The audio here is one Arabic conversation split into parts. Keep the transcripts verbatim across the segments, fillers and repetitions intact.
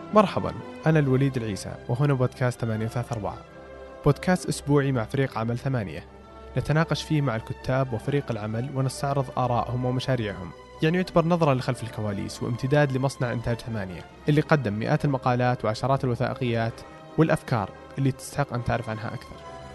مرحبا، أنا الوليد العيسى وهنا بودكاست ثمانية ثلاثة أربعة، بودكاست أسبوعي مع فريق عمل ثمانية، نتناقش فيه مع الكتاب وفريق العمل ونستعرض آرائهم ومشاريعهم. يعني يعتبر نظرة لخلف الكواليس وامتداد لمصنع إنتاج ثمانية اللي قدم مئات المقالات وعشرات الوثائقيات والأفكار اللي تستحق أن تعرف عنها أكثر.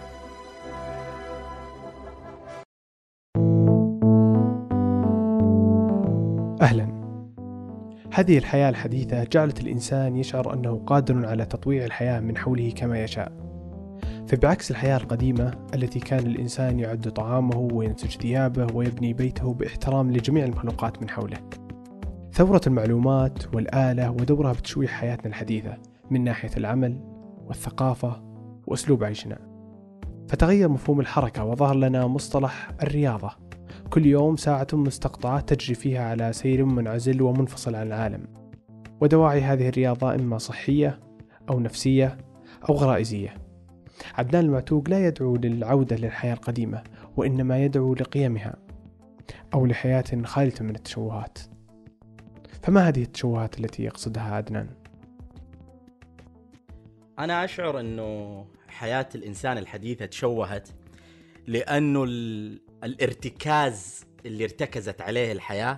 أهلا. هذه الحياة الحديثة جعلت الإنسان يشعر أنه قادر على تطويع الحياة من حوله كما يشاء، فبعكس الحياة القديمة التي كان الإنسان يعد طعامه وينسج ثيابه ويبني بيته باحترام لجميع المخلوقات من حوله. ثورة المعلومات والآلة ودورها بتشويه حياتنا الحديثة من ناحية العمل والثقافة وأسلوب عيشنا، فتغير مفهوم الحركة وظهر لنا مصطلح الرياضة. كل يوم ساعة مستقطعة تجري فيها على سير منعزل ومنفصل عن العالم، ودواعي هذه الرياضة إما صحية أو نفسية أو غرائزية. عدنان المعتوق لا يدعو للعودة للحياة القديمة، وإنما يدعو لقيمها أو لحياة خالية من التشوهات. فما هذه التشوهات التي يقصدها عدنان؟ أنا أشعر أنه حياة الإنسان الحديثة تشوهت لأنه الارتكاز اللي ارتكزت عليه الحياة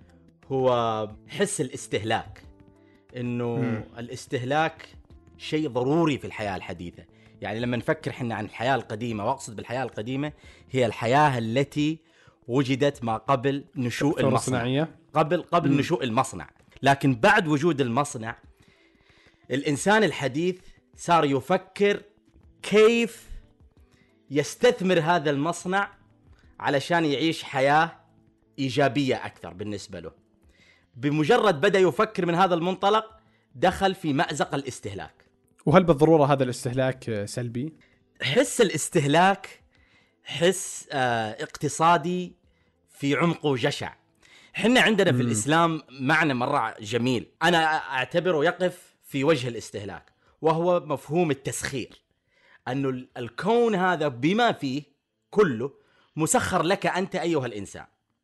هو حس الاستهلاك، إنه م. الاستهلاك شيء ضروري في الحياة الحديثة. يعني لما نفكر حنا عن الحياة القديمة، وأقصد بالحياة القديمة هي الحياة التي وجدت ما قبل نشوء المصنع، قبل قبل م. نشوء المصنع. لكن بعد وجود المصنع الإنسان الحديث صار يفكر كيف يستثمر هذا المصنع علشان يعيش حياة إيجابية أكثر بالنسبة له. بمجرد بدأ يفكر من هذا المنطلق دخل في مأزق الاستهلاك. وهل بالضرورة هذا الاستهلاك سلبي؟ حس الاستهلاك حس آه اقتصادي في عمقه جشع. حنا عندنا م. في الإسلام معنى مرة جميل أنا أعتبره يقف في وجه الاستهلاك، وهو مفهوم التسخير. أنه الكون هذا بما فيه كله مسخر لك أنت أيها الإنسان.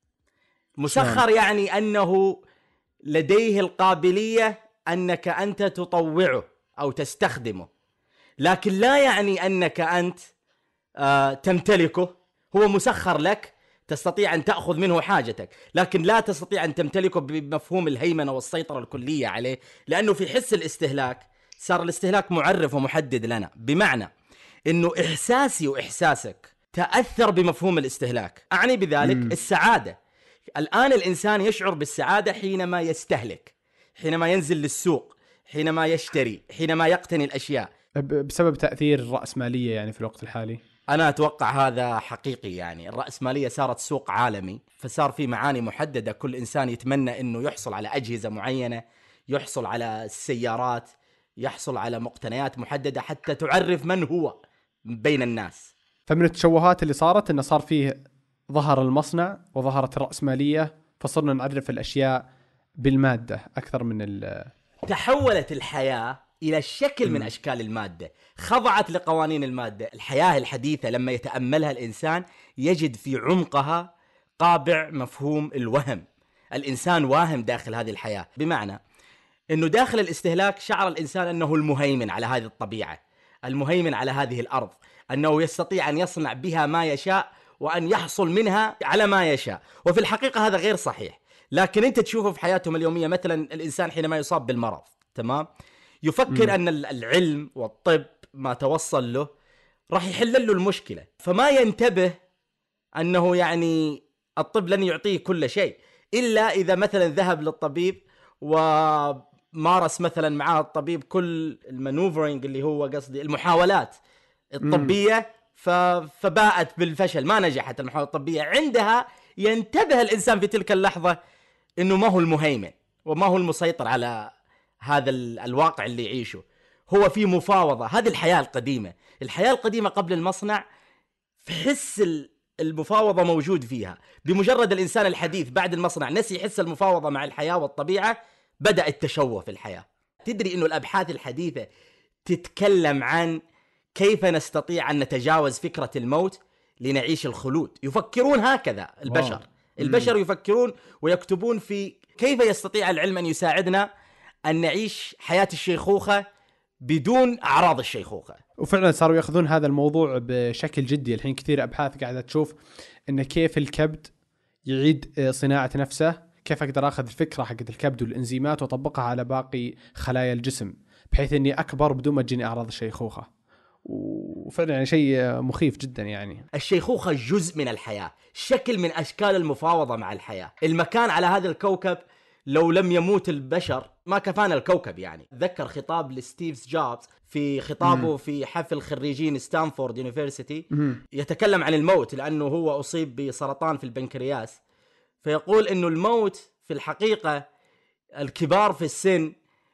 مسخر يعني أنه لديه القابلية أنك أنت تطوعه أو تستخدمه، لكن لا يعني أنك أنت آه تمتلكه. هو مسخر لك، تستطيع أن تأخذ منه حاجتك، لكن لا تستطيع أن تمتلكه بمفهوم الهيمنة والسيطرة الكلية عليه، لأنه في حس الاستهلاك صار الاستهلاك معرف ومحدد لنا، بمعنى إنه إحساسي وإحساسك تأثر بمفهوم الاستهلاك. أعني بذلك م. السعادة. الآن الإنسان يشعر بالسعادة حينما يستهلك، حينما ينزل للسوق، حينما يشتري، حينما يقتني الأشياء. بسبب تأثير الرأسمالية يعني في الوقت الحالي. أنا أتوقع هذا حقيقي. يعني الرأسمالية صارت سوق عالمي، فصار في معاني محددة. كل إنسان يتمنى إنه يحصل على أجهزة معينة، يحصل على السيارات، يحصل على مقتنيات محددة حتى تعرف من هو بين الناس. فمن التشوهات اللي صارت إنه صار فيه ظهر المصنع وظهرت الرأسمالية، فصرنا نعرف الأشياء بالمادة أكثر من ال تحولت الحياة إلى شكل من أشكال المادة، خضعت لقوانين المادة. الحياة الحديثة لما يتأملها الإنسان يجد في عمقها قابع مفهوم الوهم. الإنسان واهم داخل هذه الحياة، بمعنى إنه داخل الاستهلاك شعر الإنسان أنه المهيمن على هذه الطبيعة، المهيمن على هذه الأرض، أنه يستطيع أن يصنع بها ما يشاء وأن يحصل منها على ما يشاء. وفي الحقيقة هذا غير صحيح. لكن أنت تشوفه في حياتهم اليومية، مثلا الإنسان حينما يصاب بالمرض، تمام، يفكر م. أن العلم والطب ما توصل له راح يحل له المشكلة، فما ينتبه أنه يعني الطب لن يعطيه كل شيء إلا إذا مثلا ذهب للطبيب ومارس مثلا معاه الطبيب كل المانوفرينج اللي هو قصدي المحاولات الطبية، فباءت بالفشل، ما نجحت المحاولة الطبية. عندها ينتبه الإنسان في تلك اللحظة إنه ما هو المهيمن وما هو المسيطر على هذا الواقع اللي يعيشه، هو في مفاوضة. هذه الحياة القديمة. الحياة القديمة قبل المصنع في حس المفاوضة موجود فيها. بمجرد الإنسان الحديث بعد المصنع نسي حس المفاوضة مع الحياة والطبيعة، بدأ التشوه في الحياة. تدري إنه الأبحاث الحديثة تتكلم عن كيف نستطيع أن نتجاوز فكرة الموت لنعيش الخلود. يفكرون هكذا البشر. واو. البشر يفكرون ويكتبون في كيف يستطيع العلم أن يساعدنا أن نعيش حياة الشيخوخة بدون أعراض الشيخوخة. وفعلا صاروا يأخذون هذا الموضوع بشكل جدي. الحين كثير أبحاث قاعدة تشوف إن كيف الكبد يعيد صناعة نفسه، كيف أقدر أخذ الفكرة حقت الكبد والإنزيمات وأطبقها على باقي خلايا الجسم بحيث إني أكبر بدون ما تجيني أعراض الشيخوخة. وفعلا يعني شيء مخيف جدا. يعني الشيخوخة جزء من الحياة، شكل من أشكال المفاوضة مع الحياة. المكان على هذا الكوكب لو لم يموت البشر ما كفانا الكوكب. يعني ذكر خطاب لستيف جوبز في خطابه مم. في حفل خريجين ستانفورد يونيفرسيتي، يتكلم عن الموت لأنه هو أصيب بسرطان في البنكرياس، فيقول إنه الموت في الحقيقة الكبار في السن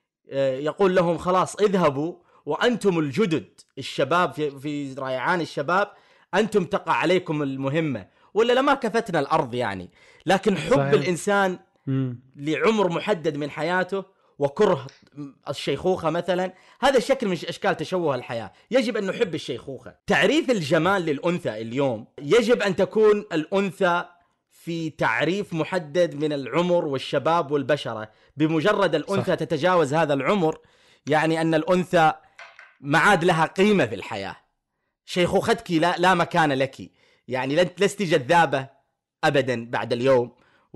يقول لهم خلاص اذهبوا وأنتم الجدد الشباب في, في ريعان الشباب، أنتم تقع عليكم المهمة، ولا لما كفتنا الأرض يعني. لكن حب صحيح. الإنسان مم. لعمر محدد من حياته وكره الشيخوخة مثلا، هذا شكل من أشكال تشوه الحياة. يجب أن نحب الشيخوخة. تعريف الجمال للأنثى اليوم يجب أن تكون الأنثى في تعريف محدد من العمر والشباب والبشرة. بمجرد الأنثى صح. تتجاوز هذا العمر يعني أن الأنثى ما عاد لها قيمة في الحياة. شيخوختك لا, لا مكان لك، يعني لست جذابة أبدا بعد اليوم،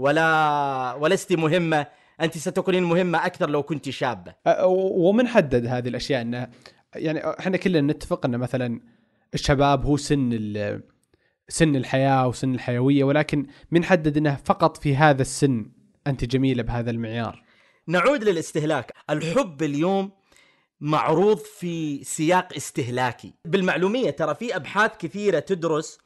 ولا ولست مهمة. أنت ستكونين مهمة أكثر لو كنت شابة. ومن حدد هذه الأشياء أنه يعني إحنا كلنا نتفق أن مثلا الشباب هو سن سن الحياة وسن الحيوية، ولكن من حدد أنه فقط في هذا السن أنت جميلة بهذا المعيار. نعود للاستهلاك. الحب اليوم معروض في سياق استهلاكي. بالمعلومية ترى في أبحاث كثيرة تدرس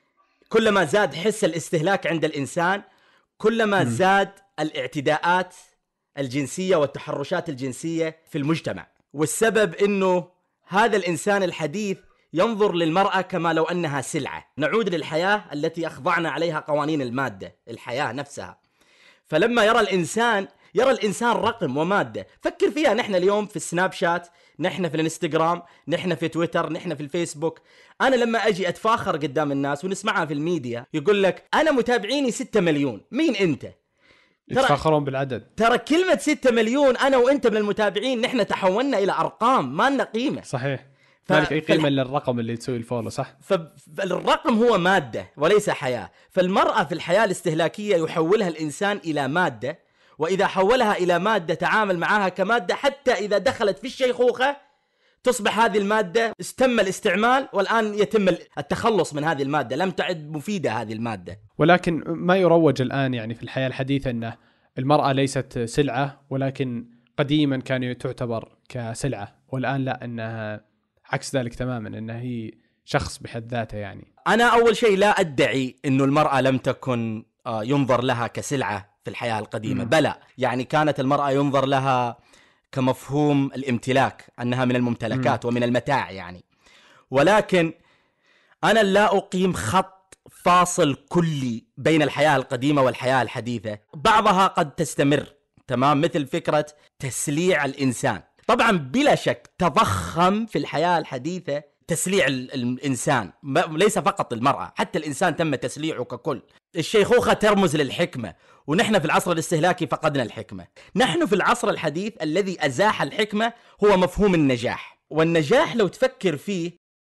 كلما زاد حس الاستهلاك عند الإنسان كلما م. زاد الاعتداءات الجنسية والتحرشات الجنسية في المجتمع. والسبب أنه هذا الإنسان الحديث ينظر للمرأة كما لو أنها سلعة. نعود للحياة التي أخضعنا عليها قوانين المادة، الحياة نفسها. فلما يرى الإنسان يرى الإنسان رقم ومادة. فكر فيها، نحن اليوم في السناب شات، نحن في الانستغرام، نحن في تويتر، نحن في الفيسبوك. أنا لما أجي أتفاخر قدام الناس ونسمعها في الميديا يقول لك أنا متابعيني ستة مليون. مين أنت؟ يتفاخرون بالعدد. ترى كلمة ستة مليون أنا وأنت من المتابعين نحن تحولنا إلى أرقام ما لنا قيمة. صحيح. ف... مالك أي قيمة فال... للرقم اللي تسوي الفولو. صح. فالرقم هو مادة وليس حياة. فالمرأة في الحياة الاستهلاكية يحولها الإنسان إلى مادة، وإذا حولها إلى مادة تعامل معها كمادة، حتى إذا دخلت في الشيخوخة تصبح هذه المادة استم الاستعمال، والآن يتم التخلص من هذه المادة، لم تعد مفيدة هذه المادة. ولكن ما يروج الآن يعني في الحياة الحديثة أن المرأة ليست سلعة، ولكن قديما كان تعتبر كسلعة، والآن لا، أنها عكس ذلك تماما، أنها هي شخص بحد ذاته. يعني أنا أول شيء لا أدعي أنه المرأة لم تكن ينظر لها كسلعة في الحياة القديمة، م. بلى يعني كانت المرأة ينظر لها كمفهوم الامتلاك، أنها من الممتلكات م. ومن المتاع يعني. ولكن أنا لا أقيم خط فاصل كلي بين الحياة القديمة والحياة الحديثة. بعضها قد تستمر تمام، مثل فكرة تسليع الإنسان. طبعا بلا شك تضخم في الحياة الحديثة تسليع الإنسان، ليس فقط المرأة، حتى الإنسان تم تسليعه ككل. الشيخوخة ترمز للحكمة، ونحن في العصر الاستهلاكي فقدنا الحكمة. نحن في العصر الحديث الذي أزاح الحكمة هو مفهوم النجاح. والنجاح لو تفكر فيه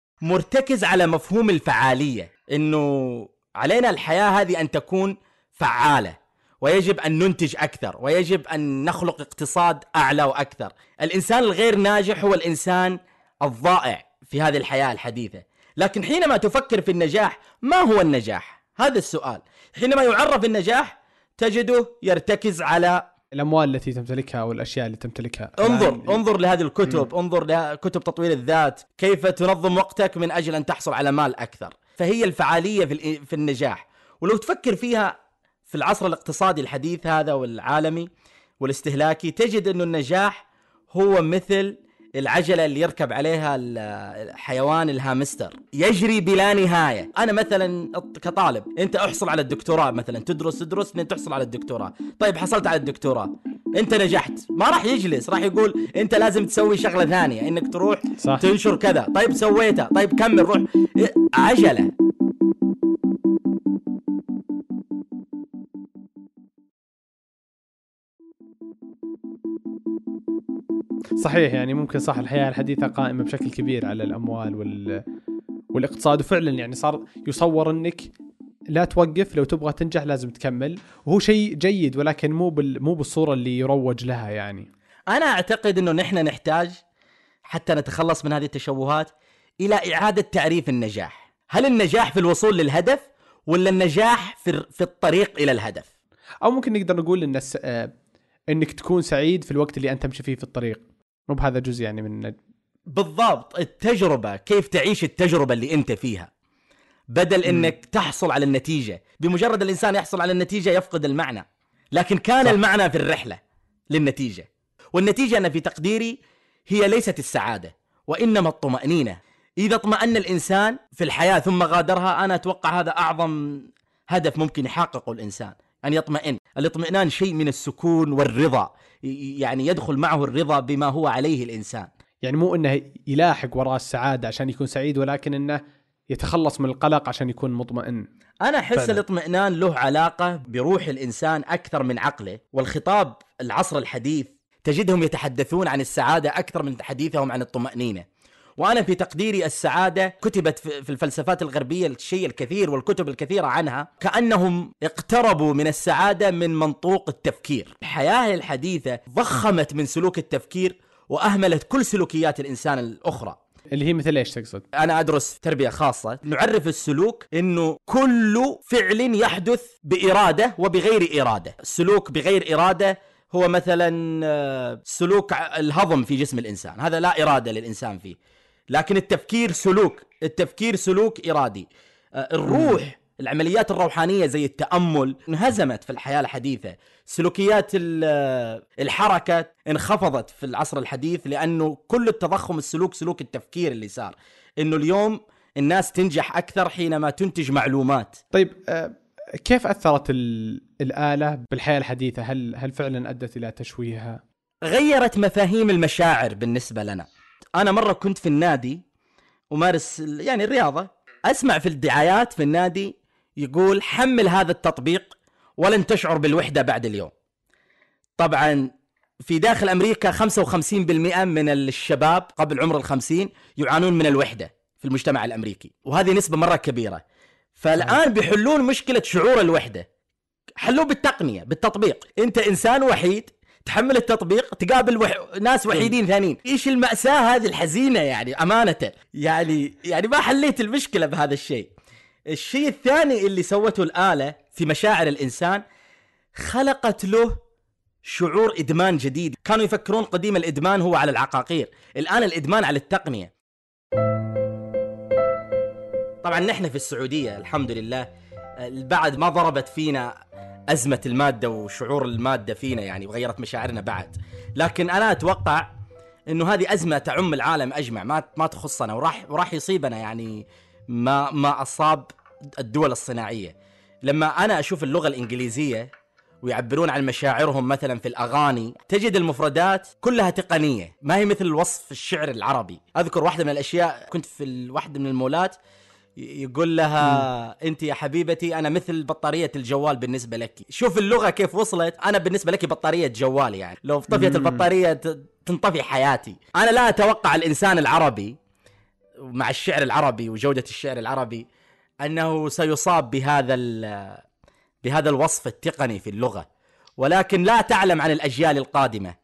مرتكز على مفهوم الفعالية، إنه علينا الحياة هذه أن تكون فعالة، ويجب أن ننتج أكثر، ويجب أن نخلق اقتصاد أعلى وأكثر. الإنسان الغير ناجح هو الإنسان الضائع في هذه الحياة الحديثة. لكن حينما تفكر في النجاح، ما هو النجاح؟ هذا السؤال. حينما يعرف النجاح تجده يرتكز على الأموال التي تمتلكها والأشياء اللي تمتلكها. انظر انظر لهذه الكتب، م. انظر لكتب تطوير الذات، كيف تنظم وقتك من أجل أن تحصل على مال أكثر. فهي الفعالية في في النجاح. ولو تفكر فيها في العصر الاقتصادي الحديث هذا والعالمي والاستهلاكي، تجد أن النجاح هو مثل العجلة اللي يركب عليها الحيوان الهامستر، يجري بلا نهاية. أنا مثلا كطالب، أنت أحصل على الدكتوراه مثلا، تدرس تدرس لين تحصل على الدكتوراه. طيب حصلت على الدكتوراه، أنت نجحت، ما راح يجلس، راح يقول أنت لازم تسوي شغلة ثانية، إنك تروح صح. تنشر كذا. طيب سويتها، طيب كمل، روح. عجلة. صحيح، يعني ممكن صح الحياة الحديثة قائمة بشكل كبير على الأموال وال... والاقتصاد، وفعلا يعني صار يصور أنك لا توقف، لو تبغى تنجح لازم تكمل، وهو شيء جيد ولكن مو بال... مو بالصورة اللي يروج لها. يعني أنا أعتقد أنه نحن نحتاج حتى نتخلص من هذه التشوهات إلى إعادة تعريف النجاح. هل النجاح في الوصول للهدف ولا النجاح في, في الطريق إلى الهدف؟ أو ممكن نقدر نقول إن الس... إنك تكون سعيد في الوقت اللي أنت تمشي فيه في الطريق، مو بهذا جزء يعني من بالضبط. التجربة، كيف تعيش التجربة اللي أنت فيها، بدل إنك تحصل على النتيجة. بمجرد الإنسان يحصل على النتيجة يفقد المعنى، لكن كان صح. المعنى في الرحلة للنتيجة. والنتيجة أنا في تقديري هي ليست السعادة وإنما الطمأنينة. إذا اطمأن الإنسان في الحياة ثم غادرها، أنا أتوقع هذا أعظم هدف ممكن يحققه الإنسان، أن يطمئن. الاطمئنان شيء من السكون والرضا، يعني يدخل معه الرضا بما هو عليه الإنسان. يعني مو إنه يلاحق وراء السعادة عشان يكون سعيد، ولكن إنه يتخلص من القلق عشان يكون مطمئن. أنا أحس الاطمئنان له علاقة بروح الإنسان أكثر من عقله. والخطاب العصر الحديث تجدهم يتحدثون عن السعادة أكثر من حديثهم عن الطمأنينة. وأنا في تقديري السعادة كتبت في الفلسفات الغربية الشيء الكثير والكتب الكثيرة عنها، كأنهم اقتربوا من السعادة من منطوق التفكير. الحياة الحديثة ضخمت من سلوك التفكير وأهملت كل سلوكيات الإنسان الأخرى. اللي هي مثل إيش تقصد؟ أنا أدرس تربية خاصة، نعرف السلوك إنه كل فعل يحدث بإرادة وبغير إرادة. السلوك بغير إرادة هو مثلا سلوك الهضم في جسم الإنسان، هذا لا إرادة للإنسان فيه. لكن التفكير سلوك، التفكير سلوك إرادي. الروح، العمليات الروحانية زي التأمل انهزمت في الحياة الحديثة. سلوكيات الحركة انخفضت في العصر الحديث، لأنه كل التضخم السلوك سلوك التفكير اللي صار. إنه اليوم الناس تنجح أكثر حينما تنتج معلومات. طيب كيف أثرت الآلة بالحياة الحديثة؟ هل هل فعلا أدت إلى تشويهها؟ غيرت مفاهيم المشاعر بالنسبة لنا. أنا مرة كنت في النادي ومارس يعني الرياضة، أسمع في الدعايات في النادي يقول حمل هذا التطبيق ولن تشعر بالوحدة بعد اليوم. طبعا في داخل أمريكا خمسة وخمسين بالمئة من الشباب قبل عمر الخمسين يعانون من الوحدة في المجتمع الأمريكي، وهذه نسبة مرة كبيرة. فالآن بيحلون مشكلة شعور الوحدة، حلوه بالتقنية، بالتطبيق. أنت إنسان وحيد، تحمل التطبيق تقابل وح... ناس وحيدين ثانيين. إيش المأساة هذه الحزينة يعني أمانة؟ يعني يعني ما حليت المشكلة بهذا الشيء. الشيء الثاني اللي سوته الآلة في مشاعر الإنسان، خلقت له شعور إدمان جديد. كانوا يفكرون قديم الإدمان هو على العقاقير، الآن الإدمان على التقنية. طبعا نحن في السعودية الحمد لله بعد ما ضربت فينا أزمة المادة وشعور المادة فينا يعني، وغيرت مشاعرنا بعد. لكن أنا أتوقع إنه هذه أزمة تعم العالم أجمع، ما ما تخصنا، وراح وراح يصيبنا يعني ما ما أصاب الدول الصناعية. لما أنا أشوف اللغة الإنجليزية ويعبرون عن مشاعرهم مثلا في الأغاني، تجد المفردات كلها تقنية، ما هي مثل الوصف الشعر العربي. أذكر واحدة من الأشياء، كنت في واحدة من المولات يقول لها م. أنت يا حبيبتي أنا مثل بطارية الجوال بالنسبة لك. شوف اللغة كيف وصلت، أنا بالنسبة لك بطارية جوال، يعني لو طفيت البطارية تنطفي حياتي. أنا لا أتوقع الإنسان العربي مع الشعر العربي وجودة الشعر العربي أنه سيصاب بهذا بهذا الوصف التقني في اللغة، ولكن لا تعلم عن الأجيال القادمة.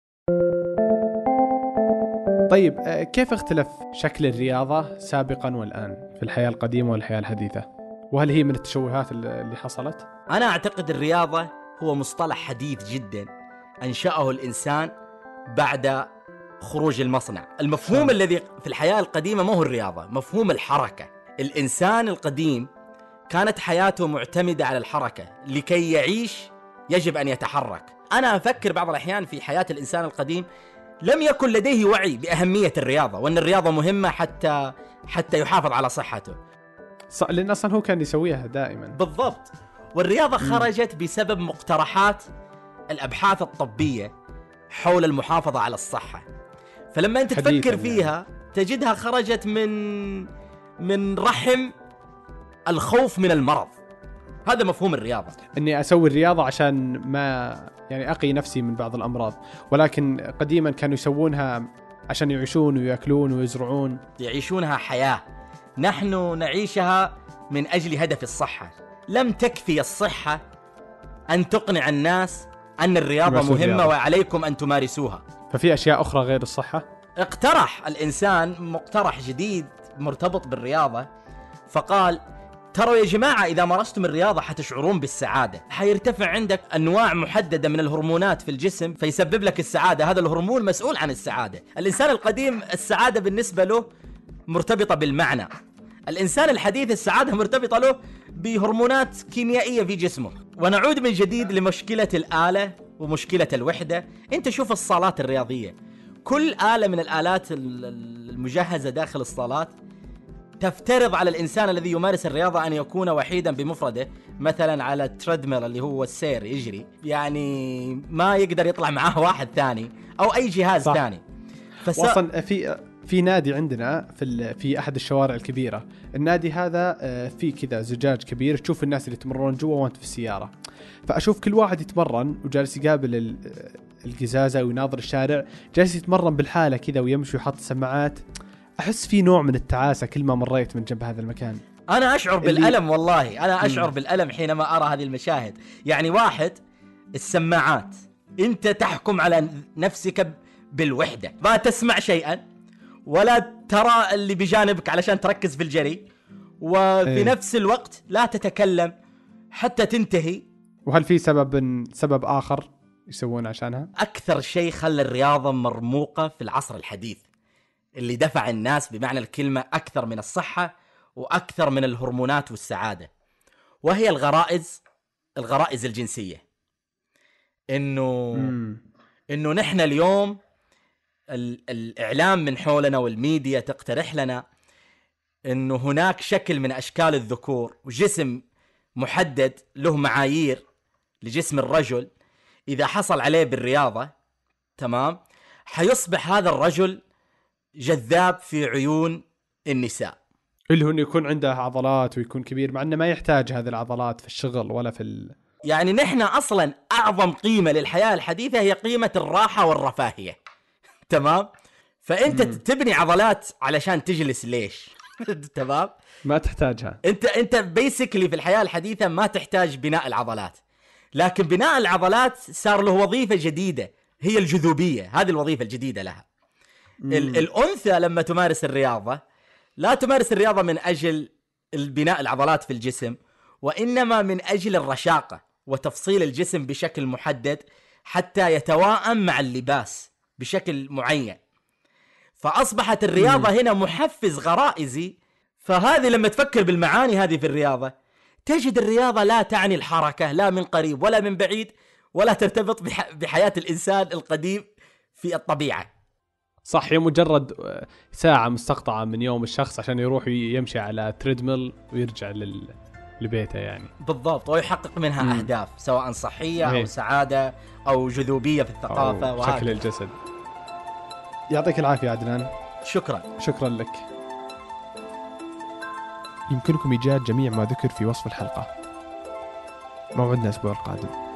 طيب كيف اختلف شكل الرياضة سابقا والآن في الحياة القديمة والحياة الحديثة؟ وهل هي من التشوهات اللي حصلت؟ أنا أعتقد الرياضة هو مصطلح حديث جدا أنشأه الإنسان بعد خروج المصنع. المفهوم م. الذي في الحياة القديمة ما هو الرياضة، مفهوم الحركة. الإنسان القديم كانت حياته معتمدة على الحركة، لكي يعيش يجب أن يتحرك. أنا أفكر بعض الأحيان في حياة الإنسان القديم لم يكن لديه وعي بأهمية الرياضة، وأن الرياضة مهمة حتى حتى يحافظ على صحته، لأن أصلا هو كان يسويها دائما. بالضبط. والرياضة خرجت بسبب مقترحات الأبحاث الطبية حول المحافظة على الصحة. فلما أنت تفكر فيها يعني تجدها خرجت من من رحم الخوف من المرض. هذا مفهوم الرياضة. اني اسوي الرياضة عشان ما يعني اقي نفسي من بعض الامراض، ولكن قديما كانوا يسوونها عشان يعيشون ويأكلون ويزرعون، يعيشونها حياة. نحن نعيشها من أجل هدف الصحة. لم تكفي الصحة أن تقنع الناس أن الرياضة مهمة الرياضة. وعليكم أن تمارسوها. ففي أشياء أخرى غير الصحة. اقترح الإنسان مقترح جديد مرتبط بالرياضة، فقال تروا يا جماعة إذا مارستم الرياضة حتشعرون بالسعادة، حيرتفع عندك أنواع محددة من الهرمونات في الجسم فيسبب لك السعادة. هذا الهرمون مسؤول عن السعادة. الإنسان القديم السعادة بالنسبة له مرتبطة بالمعنى، الإنسان الحديث السعادة مرتبطة له بهرمونات كيميائية في جسمه. ونعود من جديد لمشكلة الآلة ومشكلة الوحدة. أنت شوف الصالات الرياضية، كل آلة من الآلات المجهزة داخل الصالات تفترض على الإنسان الذي يمارس الرياضة أن يكون وحيدا بمفرده، مثلا على التريدميل اللي هو السير يجري، يعني ما يقدر يطلع معاه واحد ثاني أو أي جهاز صح. ثاني. فس... وصلا في في نادي عندنا في في أحد الشوارع الكبيرة، النادي هذا في كذا زجاج كبير تشوف الناس اللي يتمرنون جوا وانت في السيارة، فأشوف كل واحد يتمرن وجالس يقابل القزازة ويناظر الشارع، جالس يتمرن بالحالة كذا ويمشي ويحط سماعات. أحس في نوع من التعاسة كل ما مريت من جنب هذا المكان. أنا أشعر بالألم والله، أنا أشعر م. بالألم حينما أرى هذه المشاهد. يعني واحد السماعات، أنت تحكم على نفسك بالوحدة، ما تسمع شيئا ولا ترى اللي بجانبك علشان تركز في الجري، وفي إيه. نفس الوقت لا تتكلم حتى تنتهي. وهل في سبب سبب آخر يسوون عشانها؟ أكثر شيء خلى الرياضة مرموقة في العصر الحديث، اللي دفع الناس بمعنى الكلمة أكثر من الصحة وأكثر من الهرمونات والسعادة، وهي الغرائز الغرائز الجنسية. إنه مم. إنه نحن اليوم الإعلام من حولنا والميديا تقترح لنا إنه هناك شكل من أشكال الذكور وجسم محدد له معايير لجسم الرجل، إذا حصل عليه بالرياضة تمام حيصبح هذا الرجل جذاب في عيون النساء، اللي هو إنه يكون عنده عضلات ويكون كبير، مع إنه ما يحتاج هذه العضلات في الشغل ولا في ال... يعني نحن أصلا أعظم قيمة للحياة الحديثة هي قيمة الراحة والرفاهية. تمام. فأنت مم. تبني عضلات علشان تجلس ليش؟ تمام. ما تحتاجها. أنت أنت بيسكلي في الحياة الحديثة ما تحتاج بناء العضلات، لكن بناء العضلات صار له وظيفة جديدة هي الجذوبية. هذه الوظيفة الجديدة لها. ال- الأنثى لما تمارس الرياضة لا تمارس الرياضة من أجل البناء العضلات في الجسم، وإنما من أجل الرشاقة وتفصيل الجسم بشكل محدد حتى يتواءم مع اللباس بشكل معين. فأصبحت الرياضة مم. هنا محفز غرائزي. فهذه لما تفكر بالمعاني هذه في الرياضة تجد الرياضة لا تعني الحركة لا من قريب ولا من بعيد، ولا ترتبط بح- بحياة الإنسان القديم في الطبيعة. صح، هي مجرد ساعة مستقطعة من يوم الشخص عشان يروح يمشي على تريدميل ويرجع لل... لبيته يعني. بالضبط، ويحقق منها مم. أهداف سواء صحية أو سعادة أو جذوبية في الثقافة أو شكل الجسد. يعطيك العافية عدنان. شكرا. شكرا لك. يمكنكم إيجاد جميع ما ذكر في وصف الحلقة. موعدنا الأسبوع القادم.